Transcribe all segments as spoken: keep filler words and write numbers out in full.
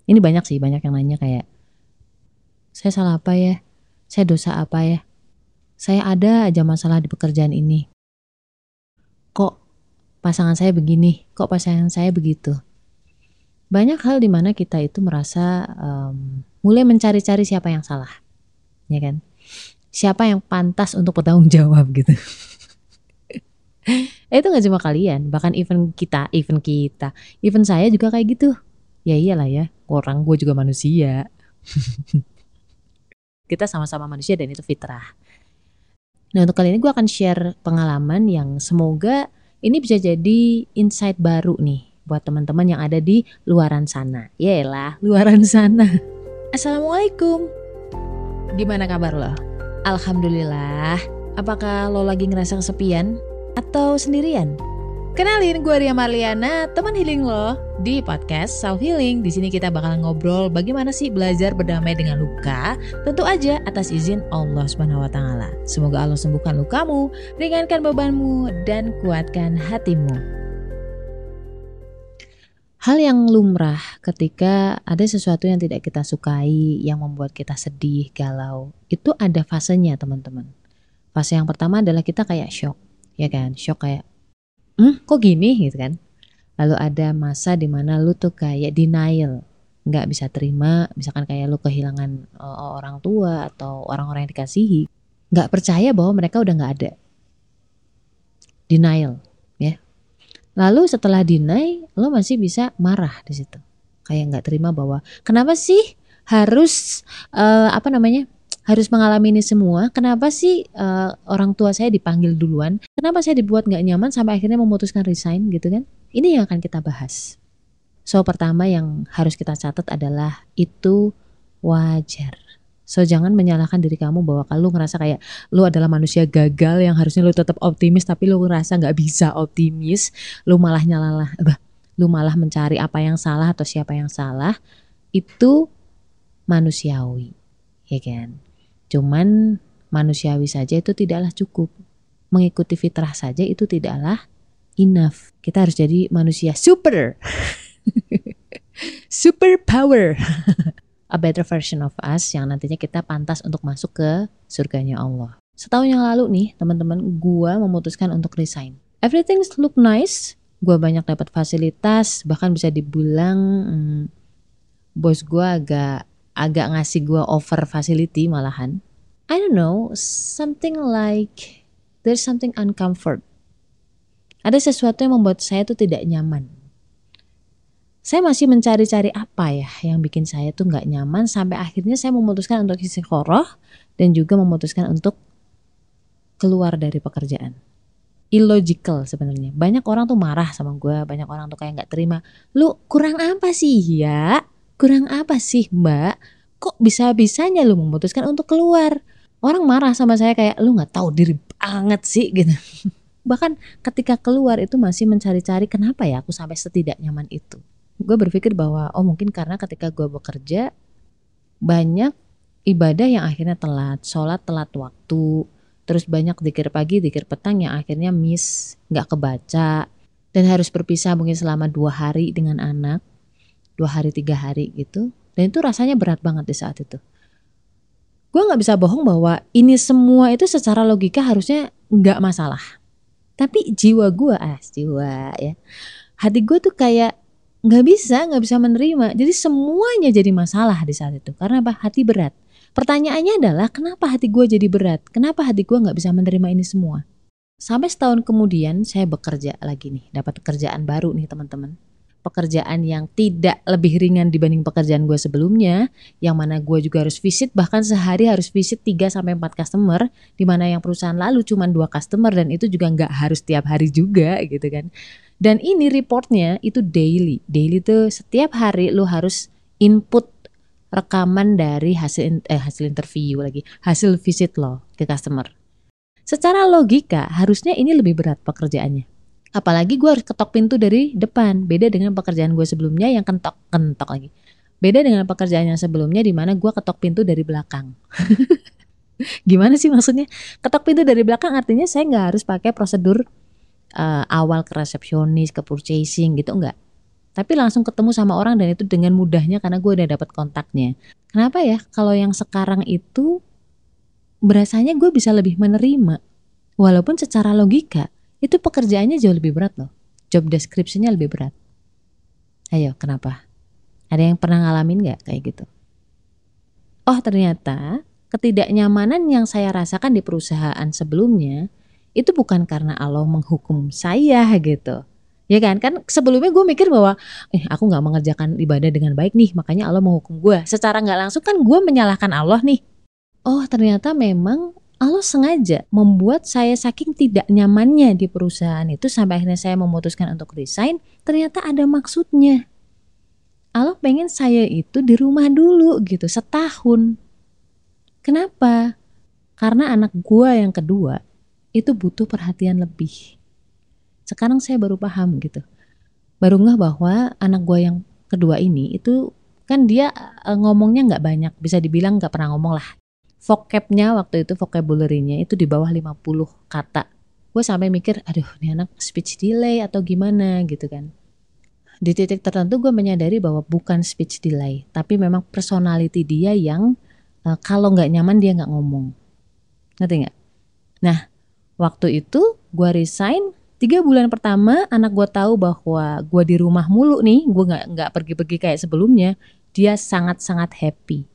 Ini banyak sih, banyak yang nanya kayak, saya salah apa ya? Saya dosa apa ya? Saya ada aja masalah di pekerjaan ini. Kok pasangan saya begini? Kok pasangan saya begitu? Banyak hal di mana kita itu merasa um, mulai mencari-cari siapa yang salah, ya kan? Siapa yang pantas untuk bertanggung jawab gitu. Eh, itu gak cuma kalian, bahkan even kita, even kita, even saya juga kayak gitu. Ya iyalah ya, orang gue juga manusia. Kita sama-sama manusia dan itu fitrah. Nah, untuk kali ini gue akan share pengalaman yang semoga ini bisa jadi insight baru nih buat teman-teman yang ada di luaran sana. Yaelah, luaran sana. Assalamualaikum. Gimana kabar lo? Alhamdulillah. Apakah lo lagi ngerasa kesepian atau sendirian? Kenalin, gue Ria Marliana, teman healing lo di podcast Self Healing. Di sini kita bakal ngobrol bagaimana sih belajar berdamai dengan luka, tentu aja atas izin Allah Subhanahu wa taala. Semoga Allah sembuhkan lukamu, ringankan bebanmu dan kuatkan hatimu. Hal yang lumrah ketika ada sesuatu yang tidak kita sukai, yang membuat kita sedih, galau, itu ada fasenya, teman-teman. Fase yang pertama adalah kita kayak shock, ya kan? Shock kayak Hmm, kok gini gitu kan. Lalu ada masa dimana lu tuh kayak denial, nggak bisa terima, misalkan kayak lu kehilangan uh, orang tua atau orang-orang yang dikasihi, nggak percaya bahwa mereka udah nggak ada. Denial, ya. Lalu setelah deny, lo masih bisa marah di situ, kayak nggak terima bahwa kenapa sih harus uh, apa namanya? harus mengalami ini semua. Kenapa sih uh, orang tua saya dipanggil duluan? Kenapa saya dibuat gak nyaman sampai akhirnya memutuskan resign gitu kan? Ini yang akan kita bahas. So pertama yang harus kita catat adalah itu wajar. So jangan menyalahkan diri kamu bahwa kalau ngerasa kayak lu adalah manusia gagal yang harusnya lu tetap optimis tapi lu ngerasa gak bisa optimis, lu malah nyalalah, lu malah mencari apa yang salah atau siapa yang salah, itu manusiawi, ya kan? Cuman manusiawi saja itu tidaklah cukup. Mengikuti fitrah saja itu tidaklah enough. Kita harus jadi manusia super. Super power. A better version of us yang nantinya kita pantas untuk masuk ke surganya Allah. Setahun yang lalu nih teman-teman, gua memutuskan untuk resign. Everything look nice. Gua banyak dapat fasilitas. Bahkan bisa dibilang hmm, bos gua agak agak ngasih gue over facility malahan. I don't know, something like there's something uncomfort. Ada sesuatu yang membuat saya tuh tidak nyaman. Saya masih mencari-cari apa ya yang bikin saya tuh gak nyaman sampai akhirnya saya memutuskan untuk istiqoroh dan juga memutuskan untuk keluar dari pekerjaan. Illogical sebenarnya. Banyak orang tuh marah sama gue, banyak orang tuh kayak gak terima. Lu kurang apa sih ya? Kurang apa sih mbak? Kok bisa-bisanya lu memutuskan untuk keluar? Orang marah sama saya kayak lu gak tahu diri banget sih gitu. Bahkan ketika keluar itu masih mencari-cari kenapa ya aku sampai setidak nyaman itu. Gue berpikir bahwa oh mungkin karena ketika gue bekerja banyak ibadah yang akhirnya telat, sholat telat waktu, terus banyak dzikir pagi, dzikir petang yang akhirnya miss, gak kebaca, dan harus berpisah mungkin selama dua hari dengan anak. Dua hari, tiga hari gitu. Dan itu rasanya berat banget di saat itu. Gue gak bisa bohong bahwa ini semua itu secara logika harusnya gak masalah. Tapi jiwa gue, ah jiwa ya. Hati gue tuh kayak gak bisa, gak bisa menerima. Jadi semuanya jadi masalah di saat itu. Karena apa? Hati berat. Pertanyaannya adalah kenapa hati gue jadi berat? Kenapa hati gue gak bisa menerima ini semua? Sampai setahun kemudian saya bekerja lagi nih. Dapat pekerjaan baru nih teman-teman. Pekerjaan yang tidak lebih ringan dibanding pekerjaan gue sebelumnya, yang mana gue juga harus visit, bahkan sehari harus visit tiga sampai empat customer, di mana yang perusahaan lalu cuma dua customer dan itu juga nggak harus tiap hari juga gitu kan. Dan ini reportnya itu daily, daily tuh setiap hari lu harus input rekaman dari hasil eh, hasil interview lagi, hasil visit lo ke customer. Secara logika harusnya ini lebih berat pekerjaannya. Apalagi gue harus ketok pintu dari depan. Beda dengan pekerjaan gue sebelumnya yang kentok-kentok lagi. Beda dengan pekerjaan yang sebelumnya di mana gue ketok pintu dari belakang. Gimana sih maksudnya? Ketok pintu dari belakang artinya saya gak harus pakai prosedur uh, awal ke resepsionis, ke purchasing gitu, enggak. tapi langsung ketemu sama orang dan itu dengan mudahnya karena gue udah dapat kontaknya. Kenapa ya kalau yang sekarang itu berasanya gue bisa lebih menerima, walaupun secara logika itu pekerjaannya jauh lebih berat loh, job description-nya lebih berat. Ayo, kenapa? Ada yang pernah ngalamin gak kayak gitu? Oh, ternyata ketidaknyamanan yang saya rasakan di perusahaan sebelumnya itu bukan karena Allah menghukum saya gitu. Ya kan, kan sebelumnya gue mikir bahwa eh aku gak mengerjakan ibadah dengan baik nih, makanya Allah menghukum gue. Secara gak langsung kan gue menyalahkan Allah nih. Oh, ternyata memang Allah sengaja membuat saya saking tidak nyamannya di perusahaan itu sampai akhirnya saya memutuskan untuk resign. Ternyata ada maksudnya. Allah pengen saya itu di rumah dulu gitu setahun. Kenapa? Karena anak gue yang kedua itu butuh perhatian lebih. Sekarang saya baru paham gitu. Baru ngeh bahwa anak gue yang kedua ini itu kan dia ngomongnya gak banyak. Bisa dibilang gak pernah ngomong lah. Vocabnya waktu itu, vocabulary-nya itu di bawah lima puluh kata. Gue sampai mikir, aduh ini anak speech delay atau gimana gitu kan. Di titik tertentu gue menyadari bahwa bukan speech delay, tapi memang personality dia yang uh, kalau gak nyaman dia gak ngomong. Ngerti gak? Nah, waktu itu gue resign. Tiga bulan pertama anak gue tahu bahwa gue di rumah mulu nih, gue gak, gak pergi-pergi kayak sebelumnya. Dia sangat-sangat happy.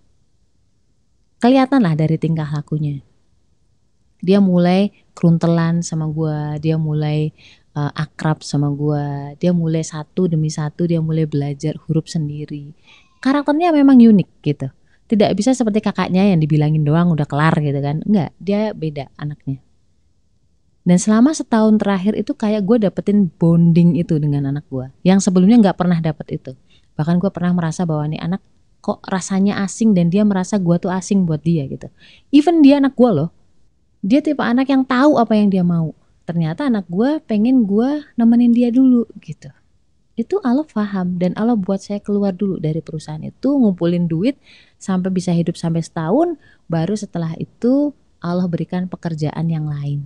Kelihatan lah dari tingkah lakunya. Dia mulai keruntelan sama gue, dia mulai uh, akrab sama gue, dia mulai satu demi satu, dia mulai belajar huruf sendiri. Karakternya memang unik gitu. Tidak bisa seperti kakaknya yang dibilangin doang udah kelar gitu kan. Enggak, dia beda anaknya. Dan selama setahun terakhir itu kayak gue dapetin bonding itu dengan anak gue. Yang sebelumnya gak pernah dapet itu. Bahkan gue pernah merasa bahwa nih anak kok rasanya asing dan dia merasa gue tuh asing buat dia gitu. Even dia anak gue loh. Dia tipe anak yang tahu apa yang dia mau. Ternyata anak gue pengen gue nemenin dia dulu gitu. Itu Allah paham dan Allah buat saya keluar dulu dari perusahaan itu, ngumpulin duit sampai bisa hidup sampai setahun. Baru setelah itu Allah berikan pekerjaan yang lain.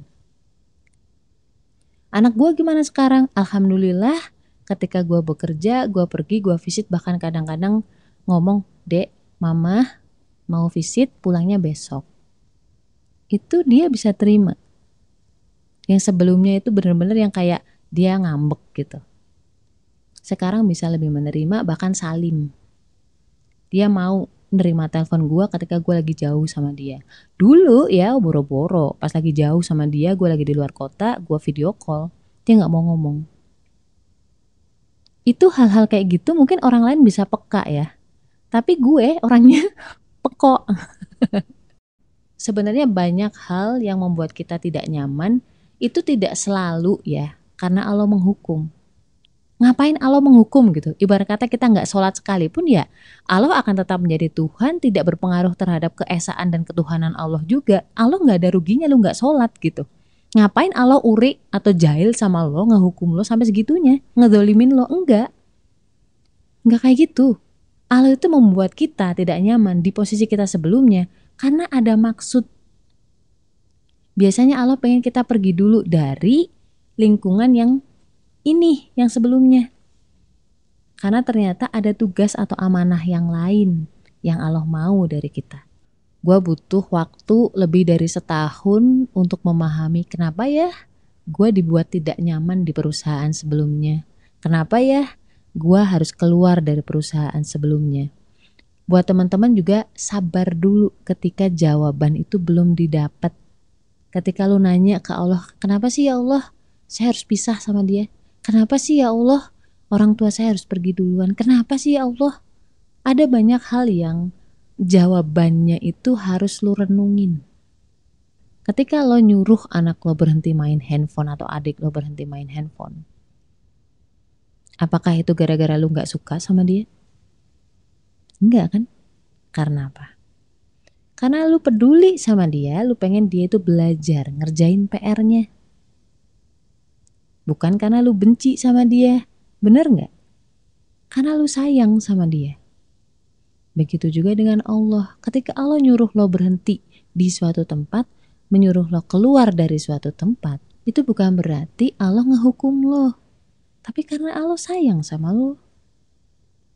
Anak gue gimana sekarang? Alhamdulillah ketika gue bekerja, gue pergi, gue visit, bahkan kadang-kadang ngomong, dek, mama mau visit pulangnya besok. Itu dia bisa terima. Yang sebelumnya itu benar-benar yang kayak dia ngambek gitu. Sekarang bisa lebih menerima, bahkan salim. Dia mau nerima telepon gue ketika gue lagi jauh sama dia. Dulu ya boro-boro, pas lagi jauh sama dia, gue lagi di luar kota, gue video call, dia gak mau ngomong. Itu hal-hal kayak gitu mungkin orang lain bisa peka ya. Tapi gue orangnya pekok. Sebenarnya banyak hal yang membuat kita tidak nyaman itu tidak selalu ya karena Allah menghukum. Ngapain Allah menghukum gitu? Ibarat kata kita nggak sholat sekalipun ya Allah akan tetap menjadi Tuhan, tidak berpengaruh terhadap keesaan dan ketuhanan Allah juga. Allah nggak ada ruginya lu nggak sholat gitu. Ngapain Allah uri atau jahil sama lo, ngehukum lo sampai segitunya, ngedolimin lo? Enggak. Enggak kayak gitu. Allah itu membuat kita tidak nyaman di posisi kita sebelumnya karena ada maksud. Biasanya Allah pengen kita pergi dulu dari lingkungan yang ini, yang sebelumnya. Karena ternyata ada tugas atau amanah yang lain yang Allah mau dari kita. Gue butuh waktu lebih dari setahun untuk memahami kenapa ya gue dibuat tidak nyaman di perusahaan sebelumnya. Kenapa ya gue harus keluar dari perusahaan sebelumnya. Buat teman-teman juga sabar dulu ketika jawaban itu belum didapat. Ketika lu nanya ke Allah, kenapa sih ya Allah saya harus pisah sama dia? Kenapa sih ya Allah orang tua saya harus pergi duluan? Kenapa sih ya Allah? Ada banyak hal yang jawabannya itu harus lu renungin. Ketika lo nyuruh anak lo berhenti main handphone atau adik lo berhenti main handphone, apakah itu gara-gara lu gak suka sama dia? Enggak kan? Karena apa? Karena lu peduli sama dia, lu pengen dia itu belajar, ngerjain P R-nya. Bukan karena lu benci sama dia, bener gak? Karena lu sayang sama dia. Begitu juga dengan Allah. Ketika Allah nyuruh lo berhenti di suatu tempat, menyuruh lo keluar dari suatu tempat, itu bukan berarti Allah ngehukum lo. Tapi karena Allah sayang sama lo.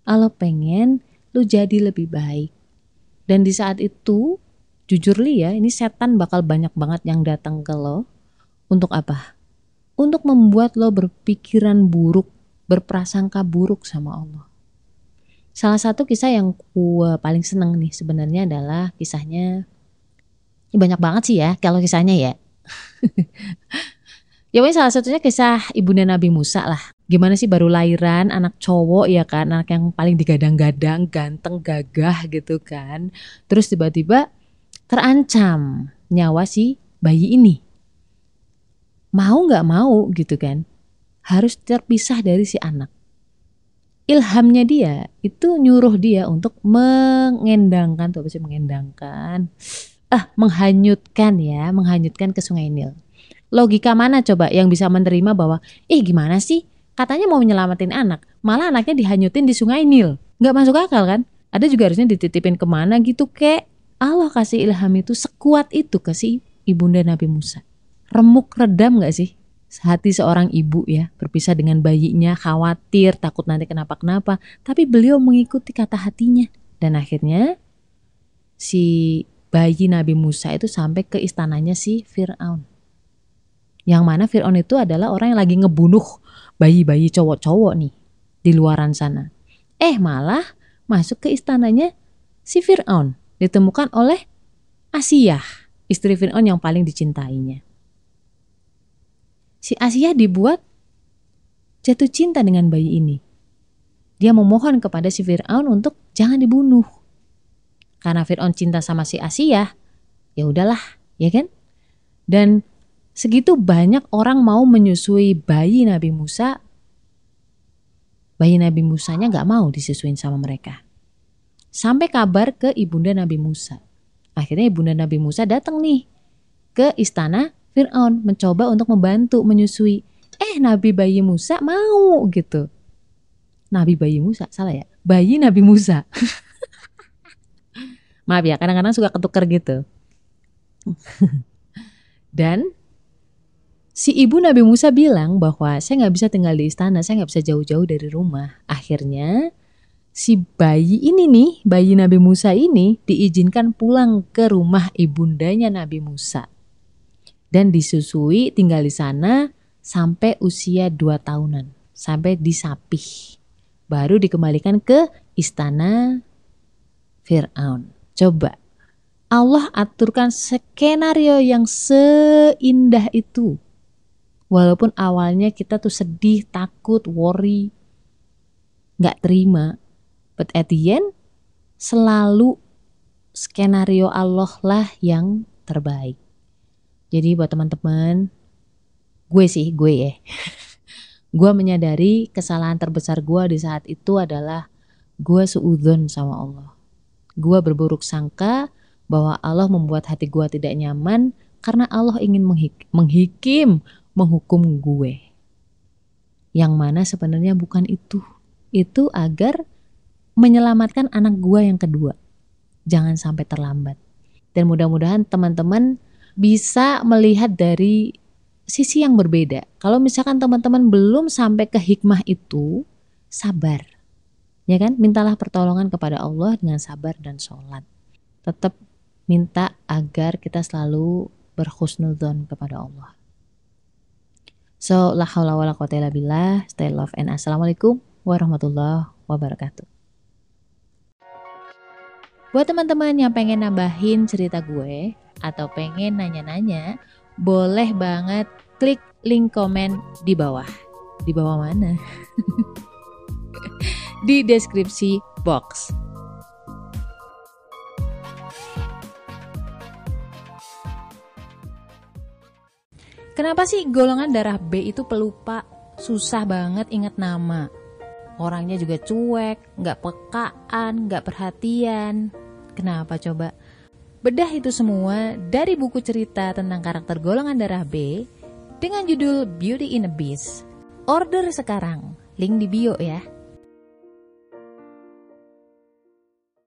Allah pengen lu jadi lebih baik. Dan di saat itu, jujur li ya, ini setan bakal banyak banget yang datang ke lo. Untuk apa? Untuk membuat lo berpikiran buruk, berprasangka buruk sama Allah. Salah satu kisah yang gue paling seneng nih sebenarnya adalah kisahnya, ini banyak banget sih ya kalau kisahnya ya. Ya salah satunya kisah ibunda Nabi Musa lah. Gimana sih baru lahiran anak cowok ya kan, anak yang paling digadang-gadang, ganteng, gagah gitu kan. Terus tiba-tiba terancam nyawa si bayi ini. Mau gak mau gitu kan, harus terpisah dari si anak. Ilhamnya dia itu nyuruh dia untuk mengendangkan, tuh apa sih mengendangkan? Ah, menghanyutkan ya, menghanyutkan ke Sungai Nil. Logika mana coba yang bisa menerima bahwa, eh gimana sih? Katanya mau menyelamatin anak, malah anaknya dihanyutin di Sungai Nil. Gak masuk akal kan? Ada juga harusnya dititipin kemana gitu kek. Allah kasih ilham itu sekuat itu ke si ibunda Nabi Musa. Remuk redam gak sih? Hati seorang ibu ya, berpisah dengan bayinya, khawatir, takut nanti kenapa-kenapa. Tapi beliau mengikuti kata hatinya. Dan akhirnya si bayi Nabi Musa itu sampai ke istananya si Fir'aun. Yang mana Fir'aun itu adalah orang yang lagi ngebunuh bayi-bayi cowok-cowok nih di luaran sana. Eh malah masuk ke istananya si Fir'aun. Ditemukan oleh Asiyah, istri Fir'aun yang paling dicintainya. Si Asiyah dibuat jatuh cinta dengan bayi ini. Dia memohon kepada si Fir'aun untuk jangan dibunuh. Karena Fir'aun cinta sama si Asiyah, ya udahlah, ya kan? Dan segitu banyak orang mau menyusui bayi Nabi Musa, bayi Nabi Musanya gak mau disusuin sama mereka. Sampai kabar ke ibunda Nabi Musa. Akhirnya ibunda Nabi Musa datang nih ke istana Fir'aun, mencoba untuk membantu menyusui. Eh Nabi bayi Musa mau gitu. Nabi bayi Musa, salah ya? Bayi Nabi Musa. Maaf ya, kadang-kadang suka ketuker gitu. Dan si ibu Nabi Musa bilang bahwa saya gak bisa tinggal di istana, saya gak bisa jauh-jauh dari rumah. Akhirnya si bayi ini nih, bayi Nabi Musa ini diizinkan pulang ke rumah ibundanya Nabi Musa. Dan disusui tinggal di sana sampai usia dua tahunan. Sampai disapih. Baru dikembalikan ke istana Fir'aun. Coba Allah aturkan skenario yang seindah itu. Walaupun awalnya kita tuh sedih, takut, worry, gak terima. But at the end, selalu skenario Allah lah yang terbaik. Jadi buat teman-teman, gue sih, gue ya. Gue menyadari kesalahan terbesar gue di saat itu adalah gue suudzon sama Allah. Gue berburuk sangka bahwa Allah membuat hati gue tidak nyaman karena Allah ingin menghik- menghikim, menghukum gue. Yang mana sebenarnya bukan itu. Itu agar menyelamatkan anak gue yang kedua. Jangan sampai terlambat. Dan mudah-mudahan teman-teman bisa melihat dari sisi yang berbeda. Kalau misalkan teman-teman belum sampai ke hikmah itu, sabar. Ya kan? Mintalah pertolongan kepada Allah dengan sabar dan sholat. Tetap minta agar kita selalu berhusnudzon kepada Allah. So, la haula wala quwwata illa billah. Stay love and assalamualaikum warahmatullahi wabarakatuh. Buat teman-teman yang pengen nambahin cerita gue atau pengen nanya-nanya, boleh banget klik link komen di bawah. Di bawah mana? Di deskripsi box. Kenapa sih golongan darah B itu pelupa? Susah banget ingat nama. Orangnya juga cuek, gak pekaan, gak perhatian. Kenapa coba? Bedah itu semua dari buku cerita tentang karakter golongan darah B dengan judul Beauty in a Beast. Order sekarang, link di bio ya.